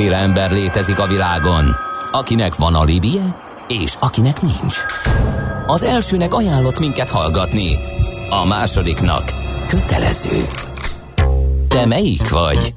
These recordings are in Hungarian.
kétféle ember létezik a világon, akinek van alibije, és akinek nincs. Az elsőnek ajánlott minket hallgatni, a másodiknak kötelező. Te melyik vagy?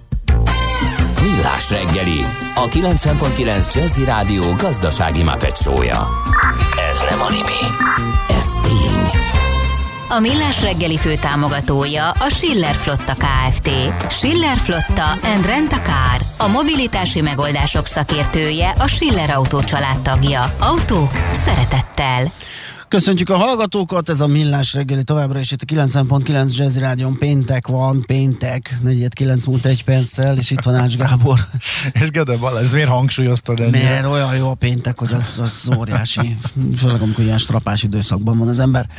Millás reggeli, a 90.9 Jazzy Rádió gazdasági Muppet show-ja. Ez nem anime, ez tény. A Millás reggeli főtámogatója a Schiller Flotta Kft. Schiller Flotta and Rent a Car. A mobilitási megoldások szakértője, a Schiller Autó család tagja. Autók szeretettel. Köszöntjük a hallgatókat, ez a Millás reggeli továbbra is itt a 90.9 Jazzy Rádión. Péntek van, péntek, 4:09 múlt 1 perccel, és itt van Ács Gábor. És Gede Balázs, miért hangsúlyoztad ennyire? Mert olyan jó a péntek, hogy az óriási. Főleg amikor ilyen strapás időszakban van az ember.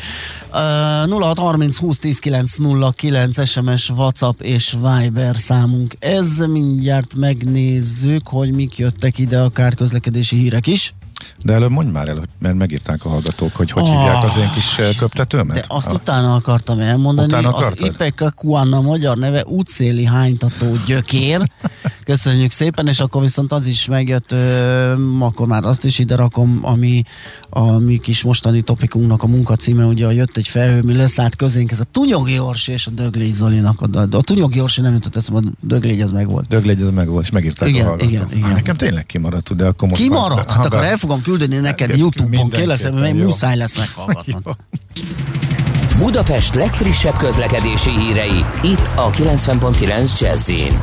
0630 20 10 909 SMS, WhatsApp és Viber számunk. Ez mindjárt megnézzük, hogy mik jöttek ide, akár közlekedési hírek is. De előbb mondj már el, mert megírták a hallgatók, hogy hívják az én kis köptetőmet? De azt utána akartam elmondani. Az Ipecacuanha magyar neve útszéli hánytató gyökér. Köszönjük szépen, és akkor viszont az is megjött, akkor már azt is ide rakom, ami a mi kis mostani topikunknak a munkacíme, ugye jött egy felhő, mi leszállt közénk, ez a Tunyogi Orsi és a Döglégy Zolinak. A Tunyogi Orsi nem jutott eszembe, a Döglégy az megvolt. Döglégy az megvolt, és megírták a hallgatók. Igen. Nekem tényleg kimaradt, de akkor most kimaradt? Hát akkor el fogom küldeni neked YouTube-on, kérlek szépen, mert muszáj lesz meghallgatnod. Budapest legfrissebb közlekedési hírei, itt a 90.9 Jazzyn.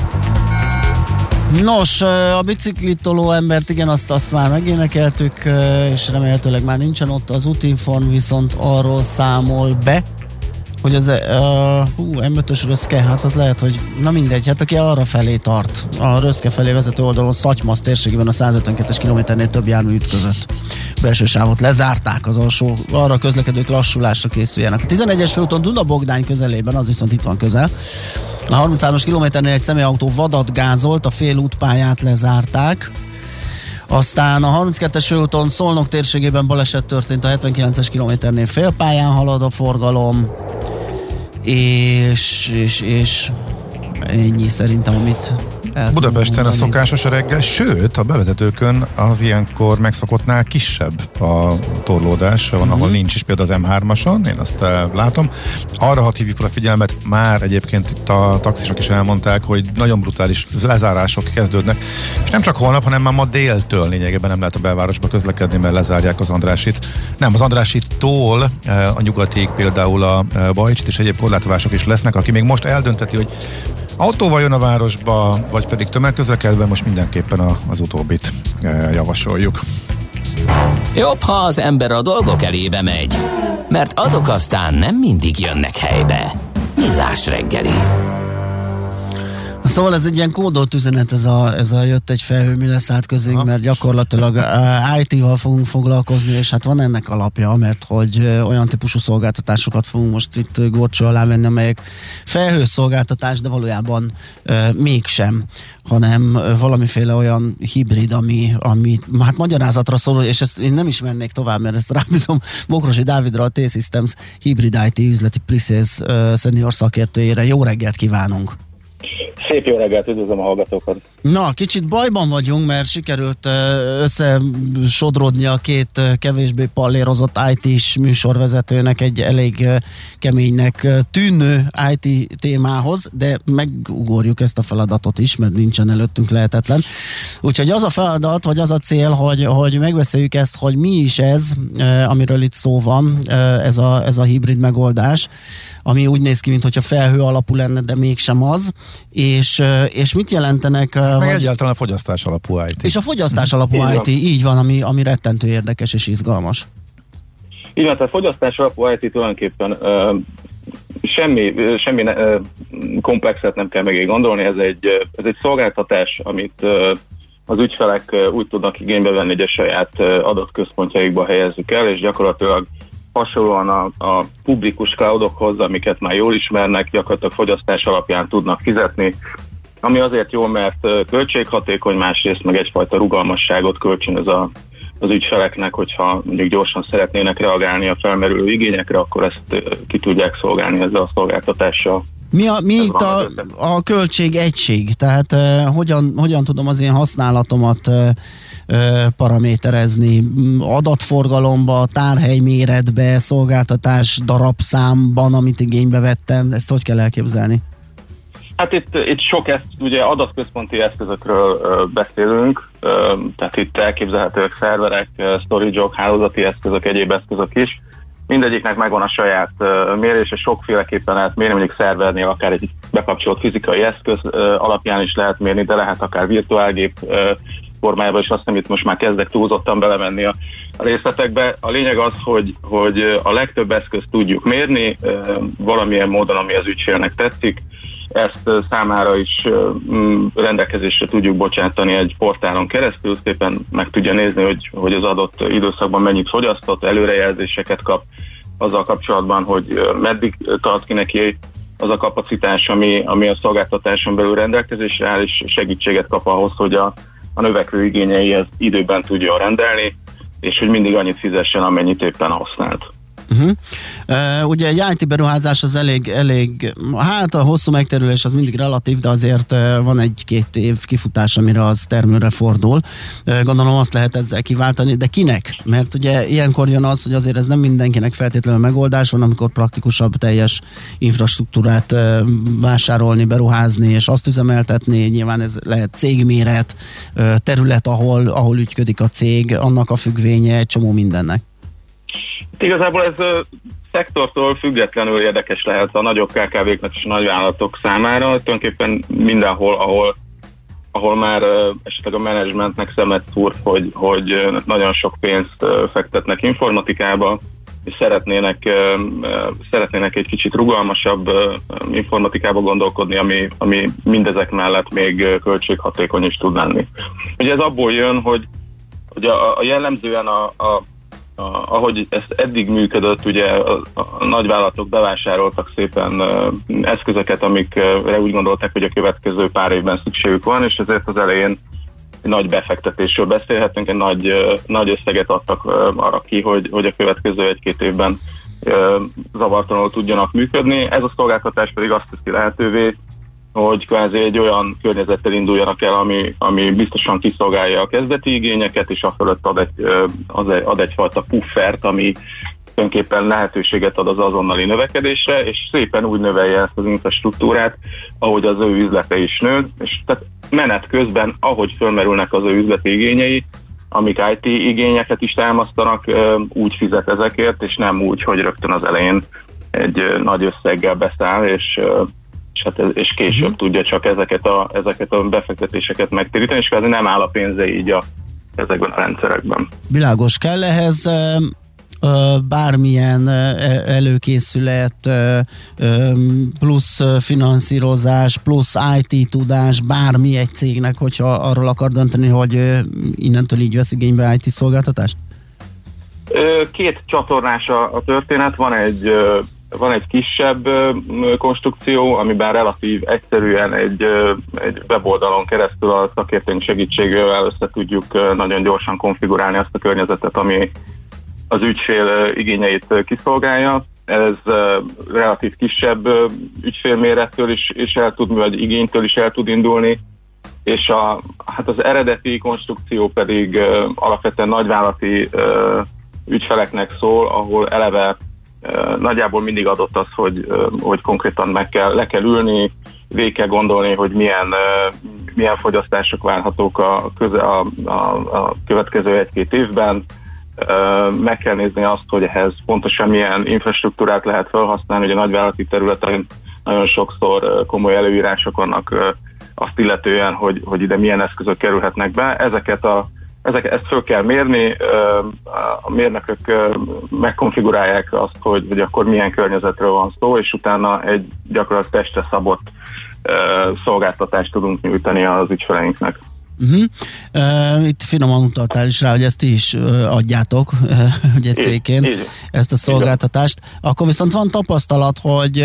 Nos, a biciklitoló embert, igen, azt már megénekeltük, és remélhetőleg már nincsen ott. Az Útinform viszont arról számol be, hogy az M5-ös Röszke, hát az lehet, hogy na mindegy, hát aki arra felé tart, a Röszke felé vezető oldalon Szatymasz térségében a 152-es kilométernél több jármű ütközött. Belső sávot lezárták, az alsó, arra közlekedők lassulásra készüljenek. A 11-es főúton Duna-Bogdány közelében, az viszont itt van közel. A 33-as kilométernél egy személyautó vadat gázolt, a félútpályát lezárták. Aztán a 32-es főúton Szolnok térségében baleset történt, a 79-es kilométernél félpályán halad a forgalom, és ennyi szerintem, amit Budapesten a szokásos a reggel, sőt a bevezetőkön az ilyenkor megszokottnál kisebb a torlódás, van, ahol nincs is, például az M3-ason, én azt látom. Arra hadd hívjuk fel a figyelmet, már egyébként itt a taxisok is elmondták, hogy nagyon brutális lezárások kezdődnek, és nem csak holnap, hanem már ma déltől lényegében nem lehet a belvárosba közlekedni, mert lezárják az Andrásit. Nem, az Andrásittól a nyugatig például a Bajcsit, és egyéb korlátozások is lesznek, aki még most eldönteti, hogy autóval jön a városba, vagy pedig tömegközlekedve, most mindenképpen az utóbbit javasoljuk. Jobb, ha az ember a dolgok elébe megy, mert azok aztán nem mindig jönnek helybe. Millás reggeli. Szóval ez egy ilyen kódolt üzenet, ez a jött egy felhő, mi leszállt közénk, mert gyakorlatilag IT-val fogunk foglalkozni, és hát van ennek alapja, mert hogy olyan típusú szolgáltatásokat fogunk most itt górcső alá venni, amelyek felhőszolgáltatás, de valójában mégsem, hanem valamiféle olyan hibrid, ami hát magyarázatra szól, és ezt én nem is mennék tovább, mert ezt rábízom Bokrosi Dávidra, a T-Systems Hybrid IT üzleti pre-sales senior szakértőjére. Jó reggelt kívánunk! Szép jó reggelt, üdvözlöm a hallgatókat! Na, kicsit bajban vagyunk, mert sikerült összesodródni a két kevésbé pallérozott IT-s műsorvezetőnek egy elég keménynek tűnő IT témához, de megugorjuk ezt a feladatot is, mert nincsen előttünk lehetetlen. Úgyhogy az a feladat, vagy az a cél, hogy megbeszéljük ezt, hogy mi is ez, amiről itt szó van, ez a hibrid megoldás, ami úgy néz ki, mintha felhő alapú lenne, de mégsem az, és mit jelentenek... Meg egyáltalán a fogyasztás alapú IT. És a fogyasztás alapú IT, így van, ami rettentő érdekes és izgalmas. Így van, tehát a fogyasztás alapú IT tulajdonképpen semmi komplexet nem kell megint gondolni, ez egy szolgáltatás, amit az ügyfelek úgy tudnak igénybe venni, hogy a saját adatközpontjaikba helyezzük el, és gyakorlatilag hasonlóan a publikus cloudokhoz, amiket már jól ismernek, gyakorlatilag fogyasztás alapján tudnak fizetni, ami azért jó, mert költséghatékony, másrészt meg egyfajta rugalmasságot kölcsönöz az ügyfeleknek, hogyha mondjuk gyorsan szeretnének reagálni a felmerülő igényekre, akkor ezt ki tudják szolgálni ezzel a szolgáltatással. Mi itt a költségegység? Tehát hogyan tudom az én használatomat paraméterezni? Adatforgalomba, tárhely méretbe, szolgáltatás darabszámban, amit igénybe vettem? Ezt hogy kell elképzelni? Hát itt sok ugye adatközponti eszközökről beszélünk, tehát itt elképzelhetőek szerverek, storage-ok, hálózati eszközök, egyéb eszközök is. Mindegyiknek megvan a saját mérése, sokféleképpen lehet mérni, mondjuk szervernél akár egy bekapcsolt fizikai eszköz alapján is lehet mérni, de lehet akár virtuálgép formájában, és azt hiszem itt most már kezdek túlzottan belemenni a részletekbe. A lényeg az, hogy a legtöbb eszközt tudjuk mérni valamilyen módon, ami az ügyfélnek tetszik. Ezt számára is rendelkezésre tudjuk bocsátani egy portálon keresztül, szépen meg tudja nézni, hogy az adott időszakban mennyit fogyasztott, előrejelzéseket kap azzal kapcsolatban, hogy meddig tart ki neki az a kapacitás, ami a szolgáltatáson belül rendelkezésre áll, és segítséget kap ahhoz, hogy a növekvő igényeihez időben tudja rendelni, és hogy mindig annyit fizessen, amennyit éppen használt. Ugye egy IT beruházás az elég, hát a hosszú megterülés az mindig relatív, de azért van egy-két év kifutás, amire az termőre fordul. Gondolom azt lehet ezzel kiváltani, de kinek? Mert ugye ilyenkor jön az, hogy azért ez nem mindenkinek feltétlenül megoldás van, amikor praktikusabb teljes infrastruktúrát vásárolni, beruházni és azt üzemeltetni. Nyilván ez lehet cégméret, terület, ahol ügyködik a cég, annak a függvénye, egy csomó mindennek. Igazából ez szektortól függetlenül érdekes lehet a nagyobb KKV-knak és a nagyvállalatok számára. Tulajdonképpen mindenhol, ahol már esetleg a menedzsmentnek szemet szúr, hogy nagyon sok pénzt fektetnek informatikába, és szeretnének egy kicsit rugalmasabb informatikába gondolkodni, ami mindezek mellett még költséghatékony is tud lenni. Ugye ez abból jön, hogy a jellemzően ahogy ez eddig működött, ugye a nagyvállalatok bevásároltak szépen eszközöket, amikre úgy gondolták, hogy a következő pár évben szükségük van, és ezért az elején egy nagy befektetésről beszélhetünk, egy nagy összeget adtak arra ki, hogy a következő egy-két évben zavartalanul tudjanak működni. Ez a szolgáltatás pedig azt teszi lehetővé, hogy kvázi egy olyan környezettel induljanak el, ami biztosan kiszolgálja a kezdeti igényeket, és afölött ad egyfajta puffert, ami tulajdonképpen lehetőséget ad az azonnali növekedésre, és szépen úgy növelje ezt az infrastruktúrát, ahogy az ő üzlete is nő, és tehát menet közben, ahogy fölmerülnek az ő üzleti igényei, amik IT igényeket is támasztanak, úgy fizet ezekért, és nem úgy, hogy rögtön az elején egy nagy összeggel beszáll, és később tudja csak ezeket a befektetéseket megtéríteni, és kvázi nem áll a pénze így ezekben a rendszerekben. Világos, kell ehhez bármilyen előkészület, plusz finanszírozás, plusz IT tudás, bármi egy cégnek, hogyha arról akar dönteni, hogy innentől így vesz igénybe IT szolgáltatást? Két csatornás a történet, van egy kisebb konstrukció, amiben relatív egyszerűen egy weboldalon keresztül a szakértőnk segítségével össze tudjuk nagyon gyorsan konfigurálni azt a környezetet, ami az ügyfél igényeit kiszolgálja. Ez relatív kisebb ügyfélmérettől is el tud, vagy igénytől is el tud indulni, és az eredeti konstrukció pedig alapvetően nagyvállalati ügyfeleknek szól, ahol eleve nagyjából mindig adott az, hogy konkrétan le kell ülni, végig kell gondolni, hogy milyen fogyasztások várhatók a következő egy-két évben, meg kell nézni azt, hogy ehhez pontosan milyen infrastruktúrát lehet felhasználni, hogy a nagyvállalati területen nagyon sokszor komoly előírások vannak azt illetően, hogy ide milyen eszközök kerülhetnek be. Ezt föl kell mérni, a mérnökök megkonfigurálják azt, hogy akkor milyen környezetről van szó, és utána egy gyakorlatilag testre szabott szolgáltatást tudunk nyújtani az ügyfeleinknek. Itt finoman utaltál is rá, hogy ezt is adjátok ugye cégként, ezt a szolgáltatást. Akkor viszont van tapasztalat, hogy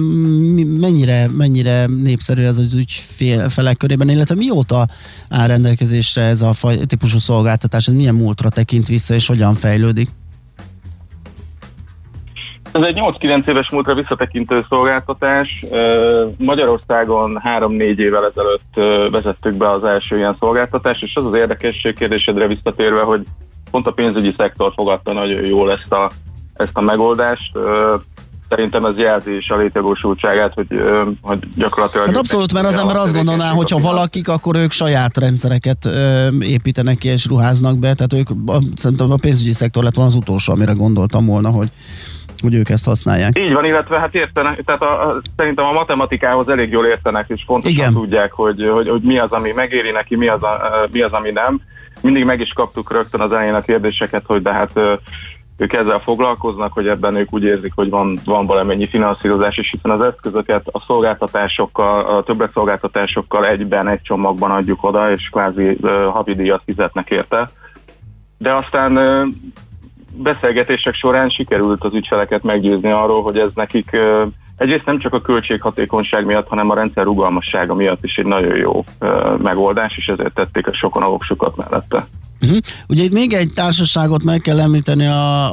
mennyire népszerű ez az ügyfelek körében, illetve mióta áll rendelkezésre ez a típusú szolgáltatás, ez milyen múltra tekint vissza, és hogyan fejlődik? Ez egy 8-9 éves múltra visszatekintő szolgáltatás. Magyarországon 3-4 évvel ezelőtt vezettük be az első ilyen szolgáltatást, és az az érdekesség kérdésedre visszatérve, hogy pont a pénzügyi szektor fogadta nagyon jól ezt a megoldást. Szerintem ez jelzi is a létjogosultságát, hogy gyakorlatilag... Hát abszolút, mert az ember azt gondolná, hogyha valakik, akkor ők saját rendszereket építenek ki és ruháznak be, tehát ők, szerintem a pénzügyi szektor lett volna az utolsó, amire gondoltam volna, hogy ők ezt használják. Így van, illetve hát értenek, tehát szerintem a matematikához elég jól értenek, és pontosan tudják, hogy mi az, ami megéri neki, mi az, ami nem. Mindig meg is kaptuk rögtön az elején a kérdéseket, hogy de hát ők ezzel foglalkoznak, hogy ebben ők úgy érzik, hogy van valamennyi finanszírozás, és hiszen az eszközöket a szolgáltatásokkal, a többletszolgáltatásokkal egyben, egy csomagban adjuk oda, és kvázi havidíjat fizetnek érte. De aztán beszélgetések során sikerült az ügyfeleket meggyőzni arról, hogy ez nekik egyrészt nem csak a költséghatékonyság miatt, hanem a rendszer rugalmassága miatt is egy nagyon jó megoldás, és ezért tették a sokan a voksukat mellette. Ugye itt még egy társaságot meg kell említeni,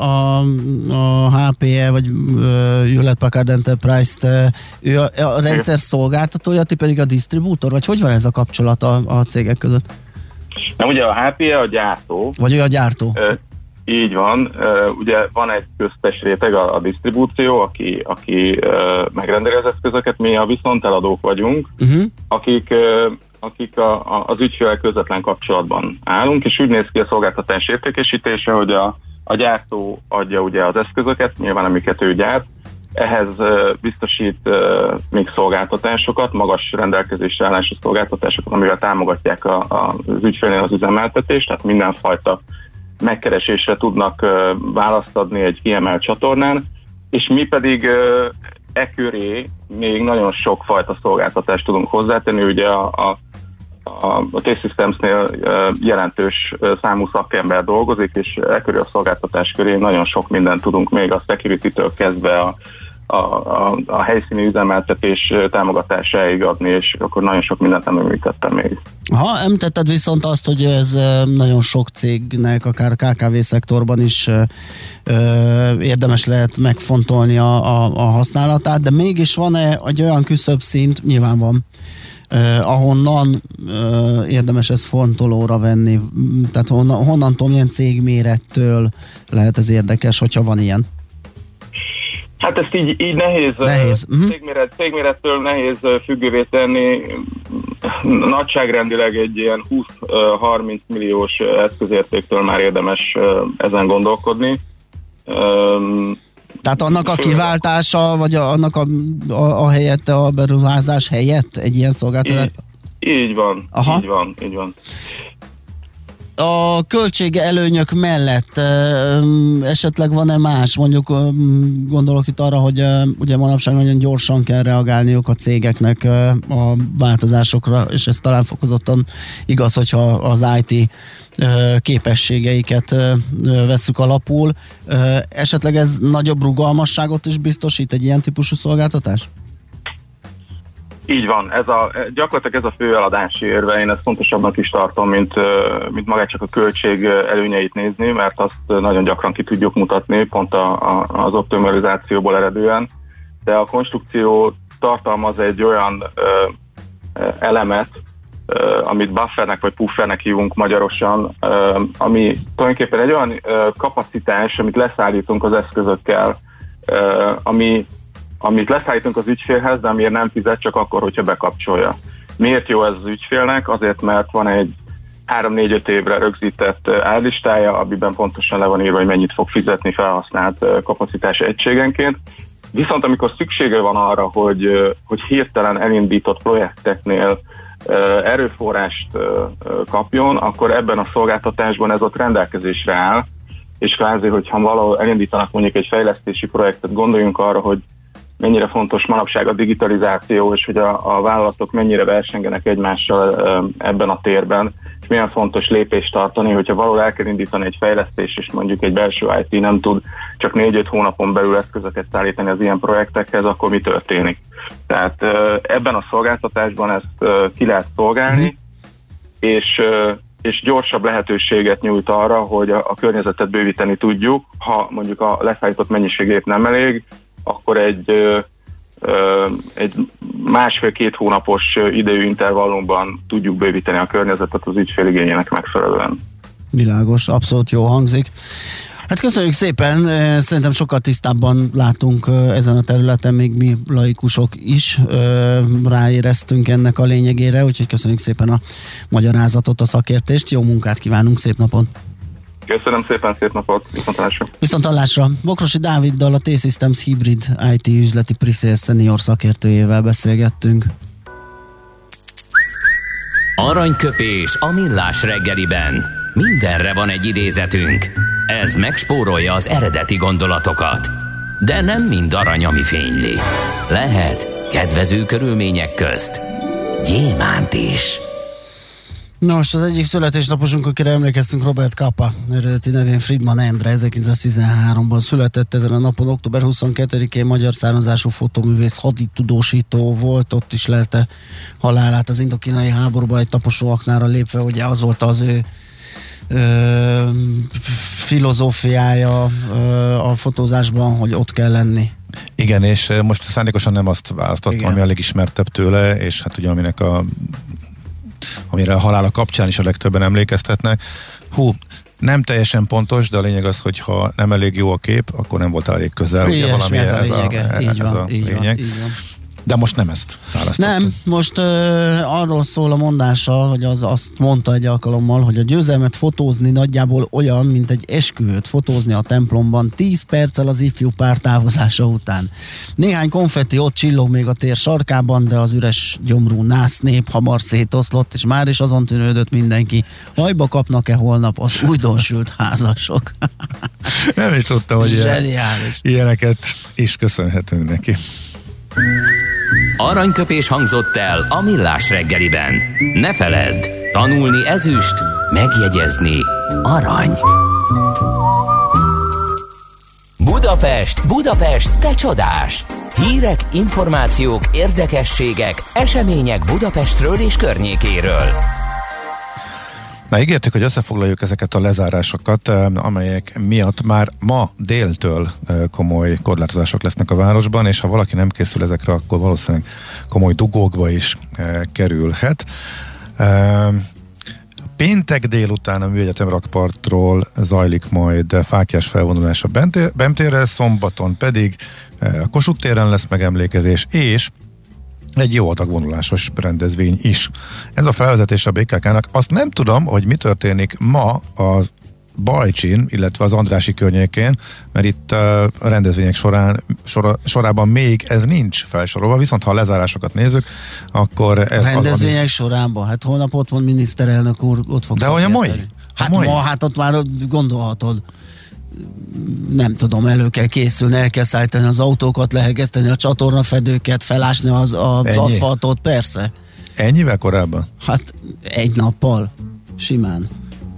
a HPE, vagy Hewlett Packard Enterprise-t, ő a rendszer szolgáltatója, ti pedig a disztribútor, vagy hogy van ez a kapcsolat a cégek között? Nem, ugye a HPE a gyártó. Vagy ő a gyártó? Így van, ugye van egy köztes réteg, a disztribúció, aki megrendeli az eszközöket, mi a viszonteladók vagyunk, akik az ügyfél közvetlen kapcsolatban állunk, és úgy néz ki a szolgáltatás értékesítése, hogy a gyártó adja ugye az eszközöket, nyilván amiket ő gyárt, ehhez biztosít még szolgáltatásokat, magas rendelkezésre állású szolgáltatásokat, amivel támogatják az ügyfélnél az üzemeltetést, tehát mindenfajta megkeresésre tudnak választ adni egy kiemelt csatornán, és mi pedig köré még nagyon sok fajta szolgáltatást tudunk hozzátenni. Ugye a T-Systemsnél jelentős számú szakember dolgozik, és köré a szolgáltatás köré nagyon sok mindent tudunk még a security-től kezdve a helyszíni üzemeltetés támogatásáig adni, és akkor nagyon sok mindent nem említettem még. Említetted viszont azt, hogy ez nagyon sok cégnek, akár a KKV szektorban is érdemes lehet megfontolni a használatát, de mégis van-e egy olyan küszöbszint, nyilván van, ahonnan érdemes ezt fontolóra venni, tehát honnantól, milyen cégmérettől lehet ez érdekes, hogyha van ilyen? Hát ezt így nehéz. Cégmérettől nehéz függővé tenni. Nagyságrendileg egy ilyen 20-30 milliós eszközértéktől már érdemes ezen gondolkodni. Tehát annak a kiváltása, vagy annak a helyette, a beruházás helyett egy ilyen szolgáltatás? Így van. A költsége előnyök mellett esetleg van-e más? Mondjuk gondolok itt arra, hogy ugye manapság nagyon gyorsan kell reagálniuk a cégeknek a változásokra, és ez talán fokozottan igaz, hogyha az IT képességeiket vesszük alapul. Esetleg ez nagyobb rugalmasságot is biztosít egy ilyen típusú szolgáltatás? Így van, gyakorlatilag ez a fő eladási érve, én ezt fontosabbnak is tartom, mint magát csak a költség előnyeit nézni, mert azt nagyon gyakran ki tudjuk mutatni, pont az optimalizációból eredően, de a konstrukció tartalmaz egy olyan elemet, amit buffernek vagy puffernek hívunk magyarosan, ami tulajdonképpen egy olyan kapacitás, amit leszállítunk az eszközökkel, amit leszállítunk az ügyfélhez, de amiért nem fizet csak akkor, hogyha bekapcsolja. Miért jó ez az ügyfélnek? Azért, mert van egy 3-4-5 évre rögzített árlistája, amiben pontosan le van írva, hogy mennyit fog fizetni felhasznált kapacitás egységenként. Viszont amikor szüksége van arra, hogy hirtelen elindított projekteknél erőforrást kapjon, akkor ebben a szolgáltatásban ez ott rendelkezésre áll, és kvázi, hogyha valahol elindítanak mondjuk egy fejlesztési projektet, gondoljunk arra, hogy mennyire fontos manapság a digitalizáció, és hogy a vállalatok mennyire versengenek egymással ebben a térben, és milyen fontos lépést tartani, hogyha valahol el kell indítani egy fejlesztés, és mondjuk egy belső IT nem tud csak 4-5 hónapon belül eszközöket szállítani az ilyen projektekhez, akkor mi történik? Tehát ebben a szolgáltatásban ezt ki lehet szolgálni, és és gyorsabb lehetőséget nyújt arra, hogy a környezetet bővíteni tudjuk. Ha mondjuk a leszállított mennyiségét nem elég, akkor egy 1,5-2 hónapos időintervallumban tudjuk bővíteni a környezetet az ügyfél igényének megfelelően. Világos, abszolút jó hangzik. Hát köszönjük szépen, szerintem sokkal tisztábban látunk ezen a területen, még mi laikusok is ráéreztünk ennek a lényegére, úgyhogy köszönjük szépen a magyarázatot, a szakértést, jó munkát kívánunk, szép napot! Köszönöm szépen, szép napot, Viszonthallásra! Bokrosi Dáviddal, a T-Systems Hybrid IT üzleti pre-sales senior szakértőjével beszélgettünk. Aranyköpés a millás reggeliben. Mindenre van egy idézetünk. Ez megspórolja az eredeti gondolatokat. De nem mind arany, ami fényli. Lehet kedvező körülmények közt gyémánt is. Nos, az egyik születésnaposunk, akire emlékeztünk, Robert Capa, eredeti nevén Friedman Endre, 1913-ban született. Ezen a napon, október 22-én magyar származású fotoművész, haditudósító volt, ott is lelte halálát az indokínai háborúban egy taposóaknára lépve, ugye az volt az ő filozófiája a fotózásban, hogy ott kell lenni. Igen, és most szándékosan nem azt választottam, ami a legismertebb tőle, és hát ugye amire a halála kapcsán is a legtöbben emlékeztetnek. Nem teljesen pontos, de a lényeg az, hogy ha nem elég jó a kép, akkor nem volt elég közel. Ugye valami ez a lényeg. De most nem ezt választottam. Nem, most arról szól a mondása, hogy azt mondta egy alkalommal, hogy a győzelmet fotózni nagyjából olyan, mint egy esküvőt fotózni a templomban 10 perccel az ifjú pár távozása után. Néhány konfetti ott csillog még a tér sarkában, de az üres gyomrú nász nép hamar szétoszlott, és már is azon tűnődött mindenki, hajba kapnak-e holnap az újdonsült házasok. Nem is tudtam, hogy ilyeneket is köszönhetünk neki. Aranyköpés hangzott el a millás reggeliben. Ne feledd, tanulni ezüst, megjegyezni arany. Budapest, Budapest, te csodás! Hírek, információk, érdekességek, események Budapestről és környékéről. Na, ígértük, hogy összefoglaljuk ezeket a lezárásokat, amelyek miatt már ma déltől komoly korlátozások lesznek a városban, és ha valaki nem készül ezekre, akkor valószínűleg komoly dugókba is kerülhet. Péntek délután a Műegyetem rakpartról zajlik majd fáklyás felvonulás a Bemtérre, szombaton pedig a Kossuth téren lesz megemlékezés, és egy jó adag vonulásos rendezvény is. Ez a felvezetés a BKK-nak. Azt nem tudom, hogy mi történik ma az Bajcsin, illetve az Andrássy környékén, mert itt a rendezvények sorában még ez nincs felsorolva, viszont ha a lezárásokat nézzük, akkor ez a rendezvények sorában? Hát holnap ott van miniszterelnök úr, ott fog szakérteni. De hogy a mai? Hát ott már gondolhatod. Nem tudom, elő kell készülni, el kell szállítani az autókat, lehegeszteni a csatornafedőket, felásni az aszfaltot, persze. Ennyivel korábban? Hát egy nappal, simán.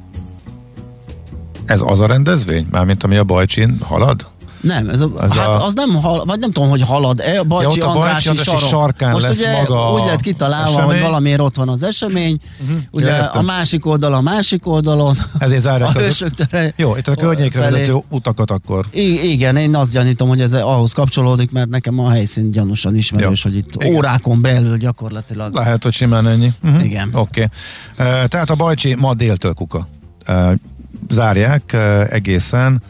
Ez az a rendezvény? Mármint ami a Bajcsin halad? Nem, az nem halad, vagy nem tudom, hogy halad-e, a Bajcsi Andrássy sarkán most lesz ugye maga úgy lett kitalálva, esemény, hogy valamiért ott van az esemény, ugye a másik oldalon, ezért zárják a Hősök tere. Jó, itt a környékre vezető utakat akkor. Igen, én azt gyanítom, hogy ez ahhoz kapcsolódik, mert nekem a helyszín gyanúsan ismerős, hogy itt órákon belül gyakorlatilag. Lehet, hogy simán ennyi. Igen. Oké. Tehát a Bajcsi ma déltől kuka. Zárják egészen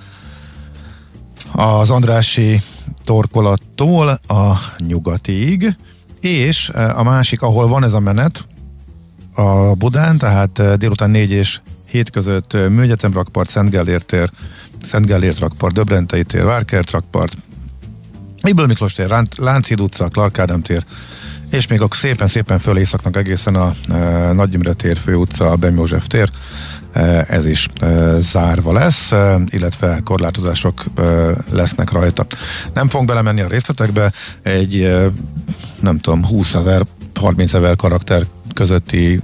az Andrássy torkolattól a nyugatig, és a másik, ahol van ez a menet, a Budán, tehát délután 4 és 7 között Műegyetem rakpart, Szent Gellért rakpart, Döbrentei tér, Várkert rakpart, Ybl Miklós tér, Lánchíd utca, Clark Ádám tér, és még akkor szépen föl északnak egészen a Nagy Imre tér, Fő utca, a Bem József tér, ez is zárva lesz, illetve korlátozások lesznek rajta. Nem fogunk belemenni a részletekbe, egy nem tudom, 20 000, 30 000 karakter közötti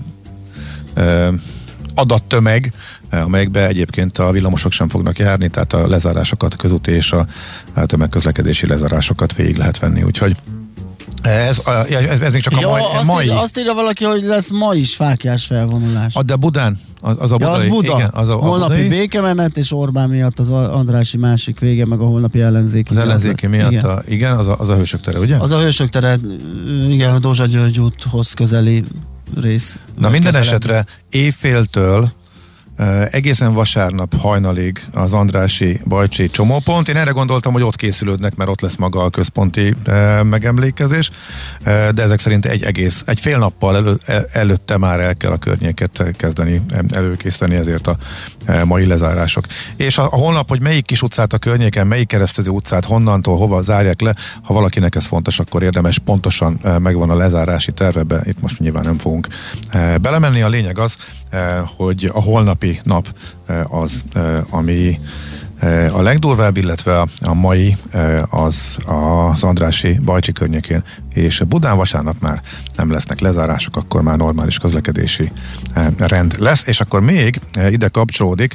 adattömeg, amelyekbe egyébként a villamosok sem fognak járni, tehát a lezárásokat, a közúti és a tömegközlekedési lezárásokat végig lehet venni, úgyhogy Ez még csak a mai. Azt írja valaki, hogy lesz ma is fáklyás felvonulás. De Budán, az a budai. Az Buda. Igen, az a holnapi budai. Békemenet, és Orbán miatt az Andrássy másik vége, meg a holnapi ellenzéki. Az ellenzéki miatt, igen, az a Hősök tere, ugye? Az a Hősök tere, igen, a Dózsa György úthoz közeli rész. Na minden esetre éjféltől egészen vasárnap hajnalig az Andrássy Bajcsi csomópont. Én erre gondoltam, hogy ott készülődnek, mert ott lesz maga a központi megemlékezés, de ezek szerint egy fél nappal előtte már el kell a környéket kezdeni előkészíteni, ezért a mai lezárások. És a holnap, hogy melyik kis utcát a környéken, melyik keresztező utcát, honnantól, hova zárják le, ha valakinek ez fontos, akkor érdemes, pontosan megvan a lezárási tervebe, itt most nyilván nem fogunk belemenni. A lényeg az, hogy a holnapi nap az, ami a legdurvább, illetve a mai az Andrássy Bajcsi környékén, és Budán vasárnap már nem lesznek lezárások, akkor már normális közlekedési rend lesz, és akkor még ide kapcsolódik,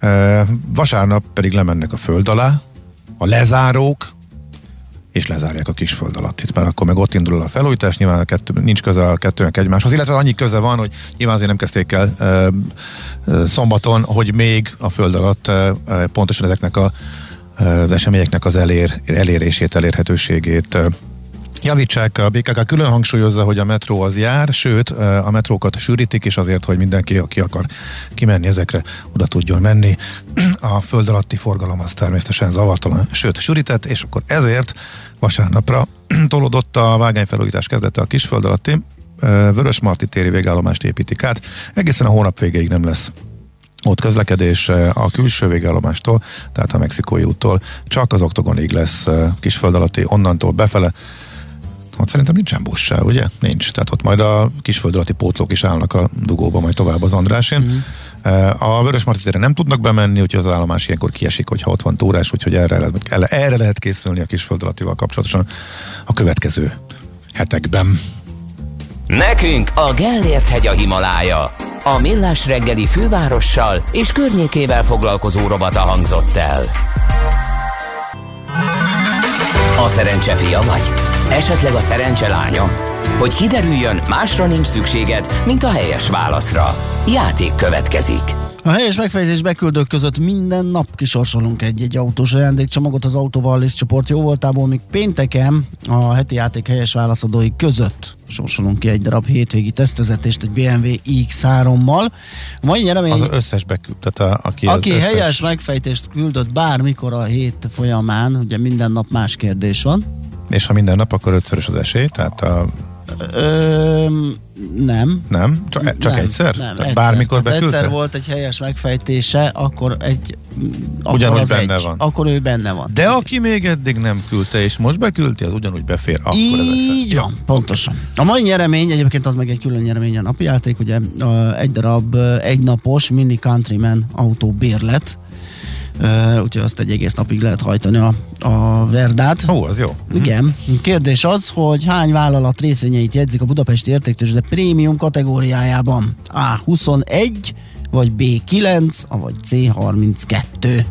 vasárnap pedig lemennek a föld alá, a lezárók, és lezárják a Kisföld alattit, mert akkor meg ott indul a felújítás, nyilván nincs köze a kettőnek egymáshoz, illetve annyi köze van, hogy nyilván azért nem kezdték el szombaton, hogy még a föld alatt pontosan ezeknek az eseményeknek az elérését, elérhetőségét javítsák. A BKK külön hangsúlyozza, hogy a metró az jár, sőt, a metrókat sűrítik is azért, hogy mindenki, aki akar kimenni ezekre, oda tudjon menni. A föld alatti forgalom az természetesen zavartalan, sőt, sűrített, és akkor ezért vasárnapra tolódott a vágányfelújítás kezdete a Kisföld alatti. Vörösmarty téri végállomást építik át. Egészen a hónap végéig nem lesz ott közlekedés a külső végállomástól, tehát a Mexikói úttól, csak az Oktogonig lesz Kisföld alatti, onnantól befele. Ott szerintem nincsen busz se, ugye? Nincs. Tehát ott majd a Kisföld alatti pótlók is állnak a dugóba, majd tovább az Andrásén. A Vörösmarty térre nem tudnak bemenni, úgyhogy az állomás ilyenkor kiesik, hogyha ott van túrás, úgyhogy erre lehet készülni a Kisföld alattival kapcsolatosan a következő hetekben. Nekünk a Gellért-hegy a Himalája. A Millás reggeli fővárossal és környékével foglalkozó rovata hangzott el. A szerencse fia vagy? Esetleg a szerencse lánya? Hogy kiderüljön, másra nincs szükséged, mint a helyes válaszra. Játék következik. A helyes megfejtés beküldők között minden nap kisorsolunk egy autós ajándékcsomagot az Autovallis csoport jóvoltából, míg pénteken a heti játék helyes válaszadói között sorsolunk ki egy darab hétvégi tesztvezetést egy BMW X3-mal. A mai nyeremény... Az összes beküldött, aki helyes megfejtést küldött bármikor a hét folyamán, ugye minden nap más kérdés van. És ha minden nap, akkor 5-szörös az esély, tehát nem. Nem? Csak egyszer? Nem, egyszer. Bármikor beküldte? Egyszer volt egy helyes megfejtése, akkor ugyanúgy benne van. Akkor ő benne van. De aki még eddig nem küldte, és most beküldte, az ugyanúgy befér. Akkor így van, pontosan. A mai nyeremény, egyébként az meg egy külön nyeremény a napi játék, ugye egy darab egynapos Mini Countryman autóbérlet, úgyhogy azt egy egész napig lehet hajtani a Verdát. Ó, az jó. Igen. Kérdés az, hogy hány vállalat részvényeit jegyzik a budapesti értéktőzsde prémium kategóriájában? A. 21, vagy B. 9, vagy C. 32.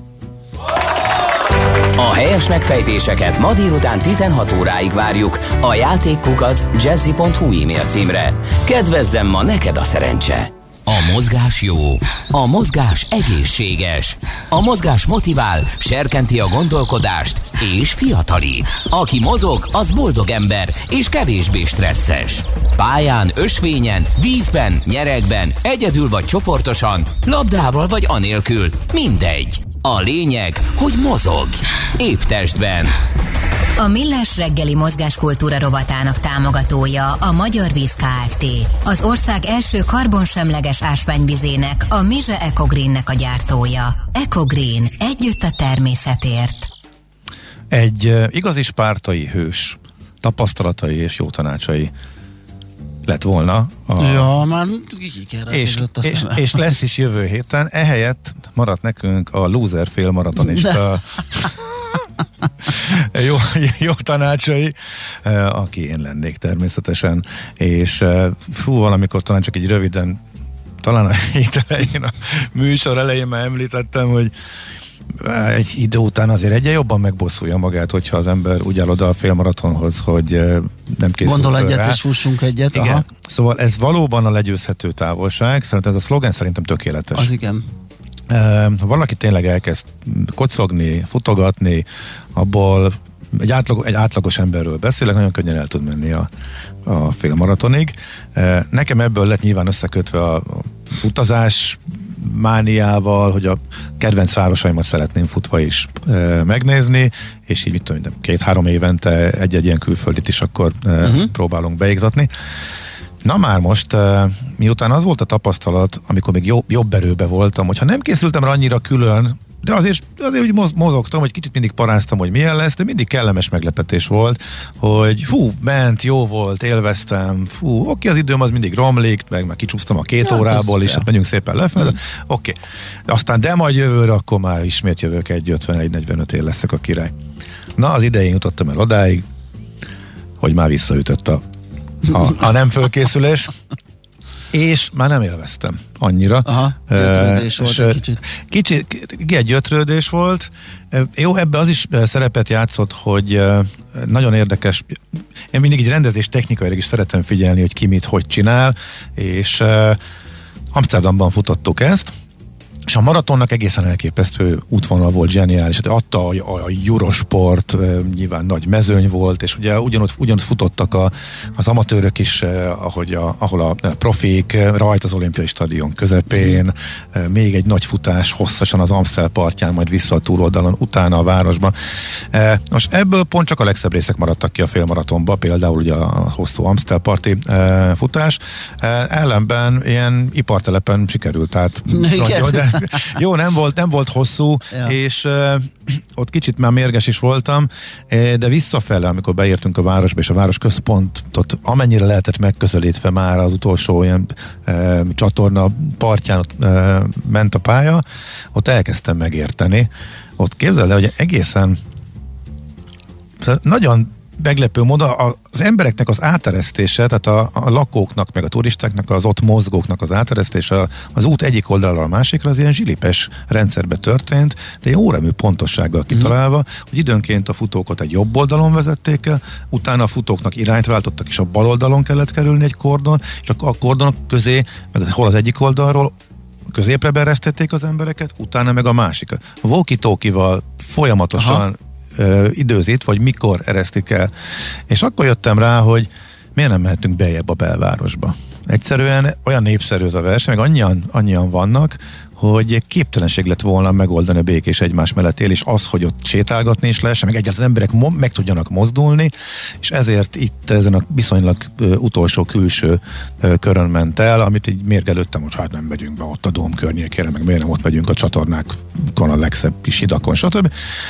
A helyes megfejtéseket ma délután 16 óráig várjuk a játékkukac@jazzy.hu e-mail címre. Kedvezzem ma neked a szerencse! A mozgás jó, a mozgás egészséges, a mozgás motivál, serkenti a gondolkodást és fiatalít. Aki mozog, az boldog ember és kevésbé stresszes. Pályán, ösvényen, vízben, nyeregben, egyedül vagy csoportosan, labdával vagy anélkül, mindegy. A lényeg, hogy mozog. Épp testben. A Millás reggeli mozgáskultúra rovatának támogatója a Magyar Víz Kft. Az ország első karbonsemleges ásványvizének, a Mize Ecogreennek a gyártója. Ecogreen. Együtt a természetért. Egy igazi spártai hős tapasztalatai és jó tanácsai lett volna. Ja, már és lesz is jövő héten. Ehelyett maradt nekünk a loser félmaratonista jó tanácsai, aki én lennék természetesen, és valamikor talán csak egy röviden, talán a hét elején, a műsor elején már említettem, hogy egy idő után azért egyre jobban megbosszulja magát, hogyha az ember úgy áll oda a félmaratonhoz, hogy nem készül Gondol fel egyet rá. és fussunk egyet. Igen. Aha. Szóval ez valóban a legyőzhető távolság. Szerintem ez a szlogen szerintem tökéletes. Az igen. Ha valaki tényleg elkezd kocogni, futogatni, abból egy átlagos emberről beszélek, nagyon könnyen el tud menni a félmaratonig. Nekem ebből lett nyilván összekötve az utazás mániával, hogy a kedvenc városaimat szeretném futva is megnézni, és így mit tudom, 2-3 évente egy-egy ilyen külföldit is akkor próbálunk beigtatni. Na már most, miután az volt a tapasztalat, amikor még jobb erőbe voltam, hogyha nem készültem rá annyira külön, de azért úgy mozogtam, hogy kicsit mindig paráztam, hogy milyen lesz, de mindig kellemes meglepetés volt, hogy ment, jó volt, élveztem, oké, az időm az mindig romlik, meg már kicsúsztam a 2 órából, és hát megyünk szépen lefelé, oké. Aztán de majd jövőre, akkor már ismét jövök 1.50-1.45 ér leszek a király. Na, az idején jutottam el odáig, hogy már visszaütött a nem fölkészülés, és már nem élveztem annyira. Aha, gyötrődés volt egy kicsit. Igen, gyötrődés volt. Jó, ebbe az is szerepet játszott, hogy nagyon érdekes, én mindig így rendezés technikailag is szeretem figyelni, hogy ki mit, hogy csinál, és Amsterdamban futottuk ezt, és a maratonnak egészen elképesztő útvonal volt, zseniális. Adta a Eurosport, nyilván nagy mezőny volt, és ugye ugyanott futottak az amatőrök is, ahol a profik, rajta az olimpiai stadion közepén, még egy nagy futás hosszasan az Amstel partján, majd vissza a túloldalon, utána a városban. Most ebből pont csak a legszebb részek maradtak ki a félmaratonba, például ugye a hosszú Amstel parti futás. Ellenben ilyen ipartelepen sikerült, tehát jó, nem volt hosszú, ja. És ott kicsit már mérges is voltam, de visszafele, amikor beértünk a városba, és a városközpontot amennyire lehetett megközelítve már az utolsó ilyen csatorna partján ott ment a pálya, ott elkezdtem megérteni. Ott képzeld el, hogy egészen nagyon meglepő módon az embereknek az áteresztése, tehát a lakóknak, meg a turistáknak, az ott mozgóknak az áteresztése az út egyik oldalra a másikra, az ilyen zsilipes rendszerbe történt, de egy óremű pontossággal kitalálva, hogy időnként a futókat egy jobb oldalon vezették el, utána a futóknak irányt váltottak, és a bal oldalon kellett kerülni egy kordon, és a kordonok közé, meg hol az egyik oldalról középre beresztették az embereket, utána meg a másikat. A walkie-talkie-val folyamatosan időzít, vagy mikor eresztik el. És akkor jöttem rá, hogy miért nem mehetünk beljebb a belvárosba. Egyszerűen olyan népszerű ez a verseny, meg annyian vannak, hogy képtelenség lett volna megoldani a békés egymás mellett él, és az, hogy ott sétálgatni is lehessen, meg egyáltalán az emberek meg tudjanak mozdulni, és ezért itt ezen a viszonylag utolsó külső körön ment el, amit így mérgelődtem, hogy hát nem megyünk be ott a Dóm környékére, meg miért nem ott megyünk a csatornákon, a legszebb kis hidakon, stb.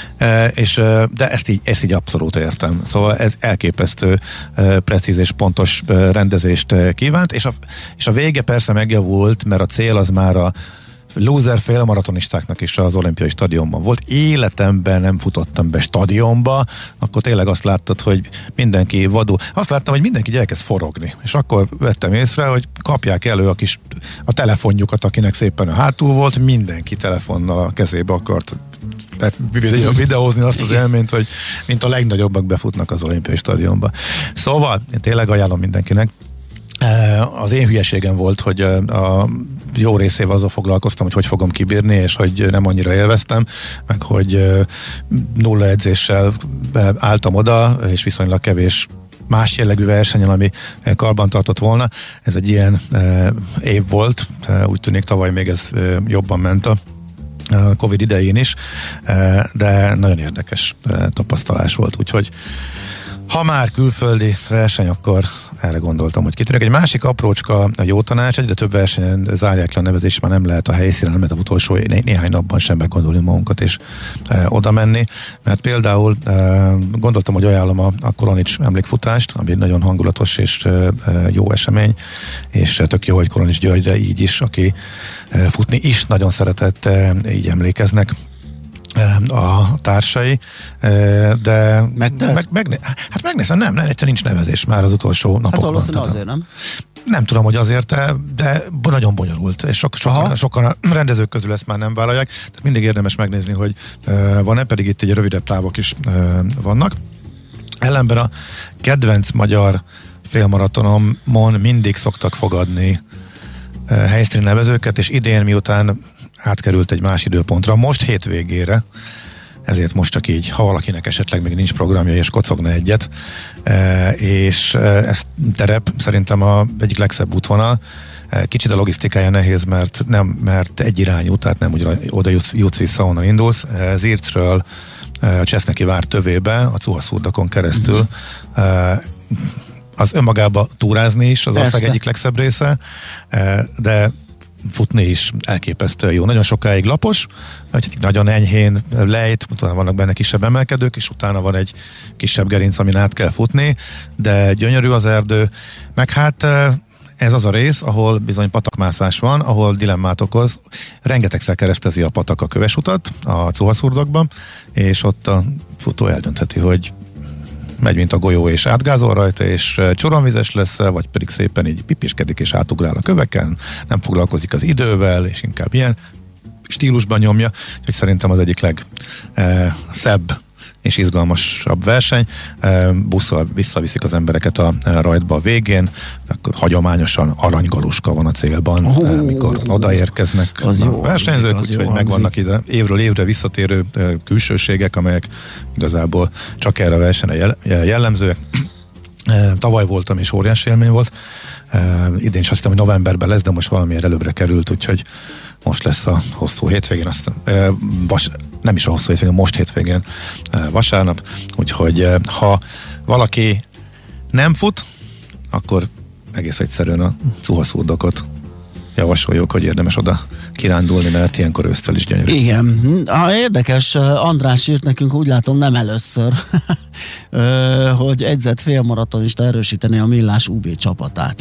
De ezt így abszolút értem. Szóval ez elképesztő precíz és pontos rendezést kívánt, és a vége persze megjavult, mert a cél az már a loser félmaratonistáknak is az olimpiai stadionban volt. Életemben nem futottam be stadionba, akkor tényleg azt láttad, hogy mindenki vadul. Azt láttam, hogy mindenki elkezd forogni. És akkor vettem észre, hogy kapják elő a telefonjukat, akinek szépen a hátul volt, mindenki telefonnal a kezébe akart videózni azt az élményt, hogy mint a legnagyobbak befutnak az olimpiai stadionba. Szóval én tényleg ajánlom mindenkinek. Az én hülyeségem volt, hogy a jó részével azzal foglalkoztam, hogy fogom kibírni, és hogy nem annyira élveztem, meg hogy nulla edzéssel álltam oda, és viszonylag kevés más jellegű versenyen, ami karban tartott volna. Ez egy ilyen év volt, úgy tűnik tavaly még ez jobban ment a Covid idején is, de nagyon érdekes tapasztalás volt, úgyhogy ha már külföldi verseny, akkor erre gondoltam, hogy kitűnök. Egy másik aprócska, a jó tanács, egyre több versenyen zárják le a nevezést, már nem lehet a helyszínen, nem lehet az utolsó néhány napban sem meggondolni magunkat és oda menni, mert például gondoltam, hogy ajánlom a Kolonics emlékfutást, ami nagyon hangulatos és jó esemény, és tök jó, hogy Kolonics Györgyre így is, aki futni is nagyon szeretett, így emlékeznek a társai, de megnézem, nem, egyszer nincs nevezés már az utolsó napokban. Hát valószínűleg azért, nem? Nem tudom, hogy azért, de nagyon bonyolult, és sokan a rendezők közül ezt már nem vállalják, tehát mindig érdemes megnézni, hogy van-e, pedig itt egy rövidebb távok is vannak. Ellenben a kedvenc magyar félmaratonomon mindig szoktak fogadni helyszíni nevezőket, és idén miután átkerült egy más időpontra, most hétvégére, ezért most csak így, ha valakinek esetleg még nincs programja és kocogna egyet, és ez terep szerintem egyik legszebb útvonal. Kicsit a logisztikája nehéz, mert egyirányú, tehát nem úgy oda jutsz vissza, onnan indulsz. Zircről a Cseszmeki vár tövébe, a Cuhaszurdakon keresztül az önmagába túrázni is az ország egyik legszebb része, de futni is elképesztő jó. Nagyon sokáig lapos, nagyon enyhén lejt, utána vannak benne kisebb emelkedők, és utána van egy kisebb gerinc, amin át kell futni, de gyönyörű az erdő, meg hát ez az a rész, ahol bizony patakmászás van, ahol dilemmát okoz. Rengetegszer keresztezi a patak a Kövesutat a Cuhaszurdokban, és ott a futó eldöntheti, hogy megy, mint a golyó, és átgázol rajta, és csoromvizes lesz, vagy pedig szépen így pipiskedik, és átugrál a köveken, nem foglalkozik az idővel, és inkább ilyen stílusban nyomja, úgyhogy szerintem az egyik legszebb és izgalmasabb verseny. Busszal visszaviszik az embereket a rajtba a végén, akkor hagyományosan aranygaluska van a célban, mikor odaérkeznek a versenyzők, úgyhogy megvannak ide évről évre visszatérő külsőségek, amelyek igazából csak erre a versenyre jellemzőek. Tavaly voltam, és óriási élmény volt. Idén is azt hiszem, hogy novemberben lesz, de most valamiért előbbre került, úgyhogy most lesz a hosszú hétvégén, nem is a hosszú hétvégén, most hétvégén vasárnap, úgyhogy ha valaki nem fut, akkor egész egyszerűen a Cuhaszurdokot javasoljuk, hogy érdemes oda kirándulni, mert ilyenkor ősztel is gyönyörű. Igen. Érdekes, András írt nekünk, úgy látom nem először, hogy edzett félmaratonista erősíteni a Millás UB csapatát.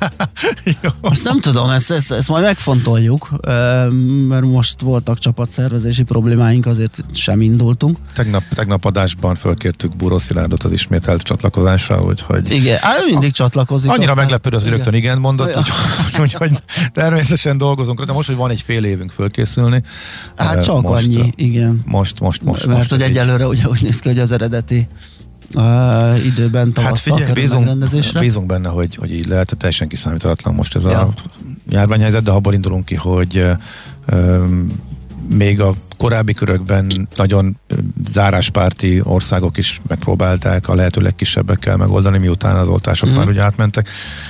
Azt nem tudom, ezt majd megfontoljuk, mert most voltak csapatszervezési problémáink, azért sem indultunk. Tegnap adásban fölkértük Búró Szilárdot az ismételt csatlakozásra, úgyhogy... Igen, ő mindig csatlakozik. Annyira meglepődött, hogy rögtön igen mondott, úgyhogy természetesen dolgozunk, de most, hogy van egy fél évünk fölkészülni. Hát csak most, annyi, igen. Most. Mert hogy egyelőre ugye úgy néz ki, hogy az eredeti időben tavasszal kerül megrendezésre. Bízunk benne, hogy így lehet, teljesen kiszámítatlan most ez a járványhelyzet, de abból indulunk ki, hogy még a korábbi körökben nagyon záráspárti országok is megpróbálták a lehető legkisebbekkel megoldani, miután az oltások már ugye átmentek.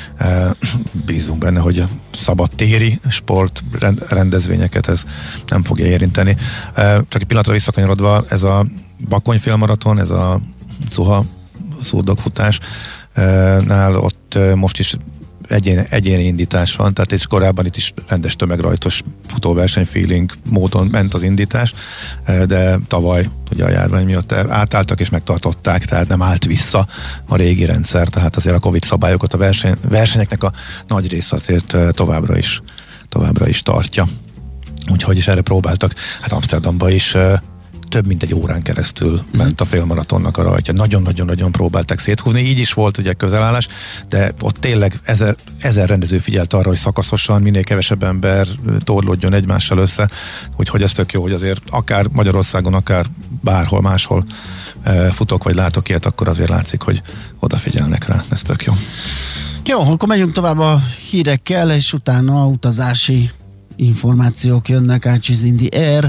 Bízunk benne, hogy a szabadtéri sport rendezvényeket ez nem fogja érinteni. Csak egy pillanatra visszakanyarodva, ez a Bakony félmaraton, ez a Cuhaszurdok futásnál ott most is egyéni indítás van, tehát és korábban itt is rendes tömegrajtos futóverseny feeling módon ment az indítás, de tavaly ugye a járvány miatt átálltak és megtartották, tehát nem állt vissza a régi rendszer, tehát azért a Covid szabályokat a versenyeknek a nagy része azért továbbra is tartja. Úgyhogy is erre próbáltak, hát Amsterdamba is több mint egy órán keresztül ment a félmaratonnak a rajtja. Nagyon-nagyon-nagyon próbálták széthúzni. Így is volt ugye közelállás, de ott tényleg ezer rendező figyelt arra, hogy szakaszosan minél kevesebb ember torlódjon egymással össze, úgyhogy ez tök jó, hogy azért akár Magyarországon, akár bárhol máshol futok vagy látok ilyet, akkor azért látszik, hogy odafigyelnek rá. Ez tök jó. Jó, akkor megyünk tovább a hírekkel, és utána utazási információk jönnek. Ácsiz Indi Air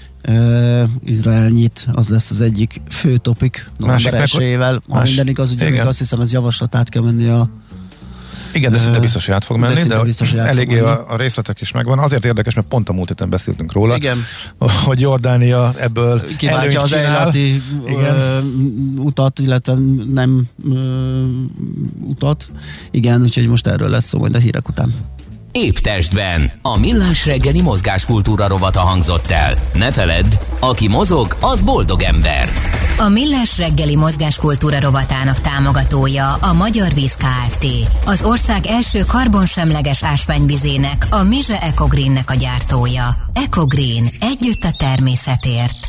Izrael nyit, az lesz az egyik fő topik november 1-ével. Ha minden igaz, ugye még azt hiszem, ez javaslatát kell menni a... Igen, de szinte biztos, hogy át fog menni, de eléggé a részletek is megvan. Azért érdekes, mert pont a múlt héten beszéltünk róla, igen, hogy Jordánia ebből kiváltja az eilati utat, illetve nem utat. Igen, úgyhogy most erről lesz szó majd a hírek után. Épp testben. A Millás reggeli mozgáskultúra rovata hangzott el. Ne feledd, aki mozog, az boldog ember. A Millás reggeli mozgáskultúra rovatának támogatója a Magyar Víz Kft. Az ország első karbonsemleges ásványvizének, a Mize Ecogreennek a gyártója. Ecogreen, együtt a természetért.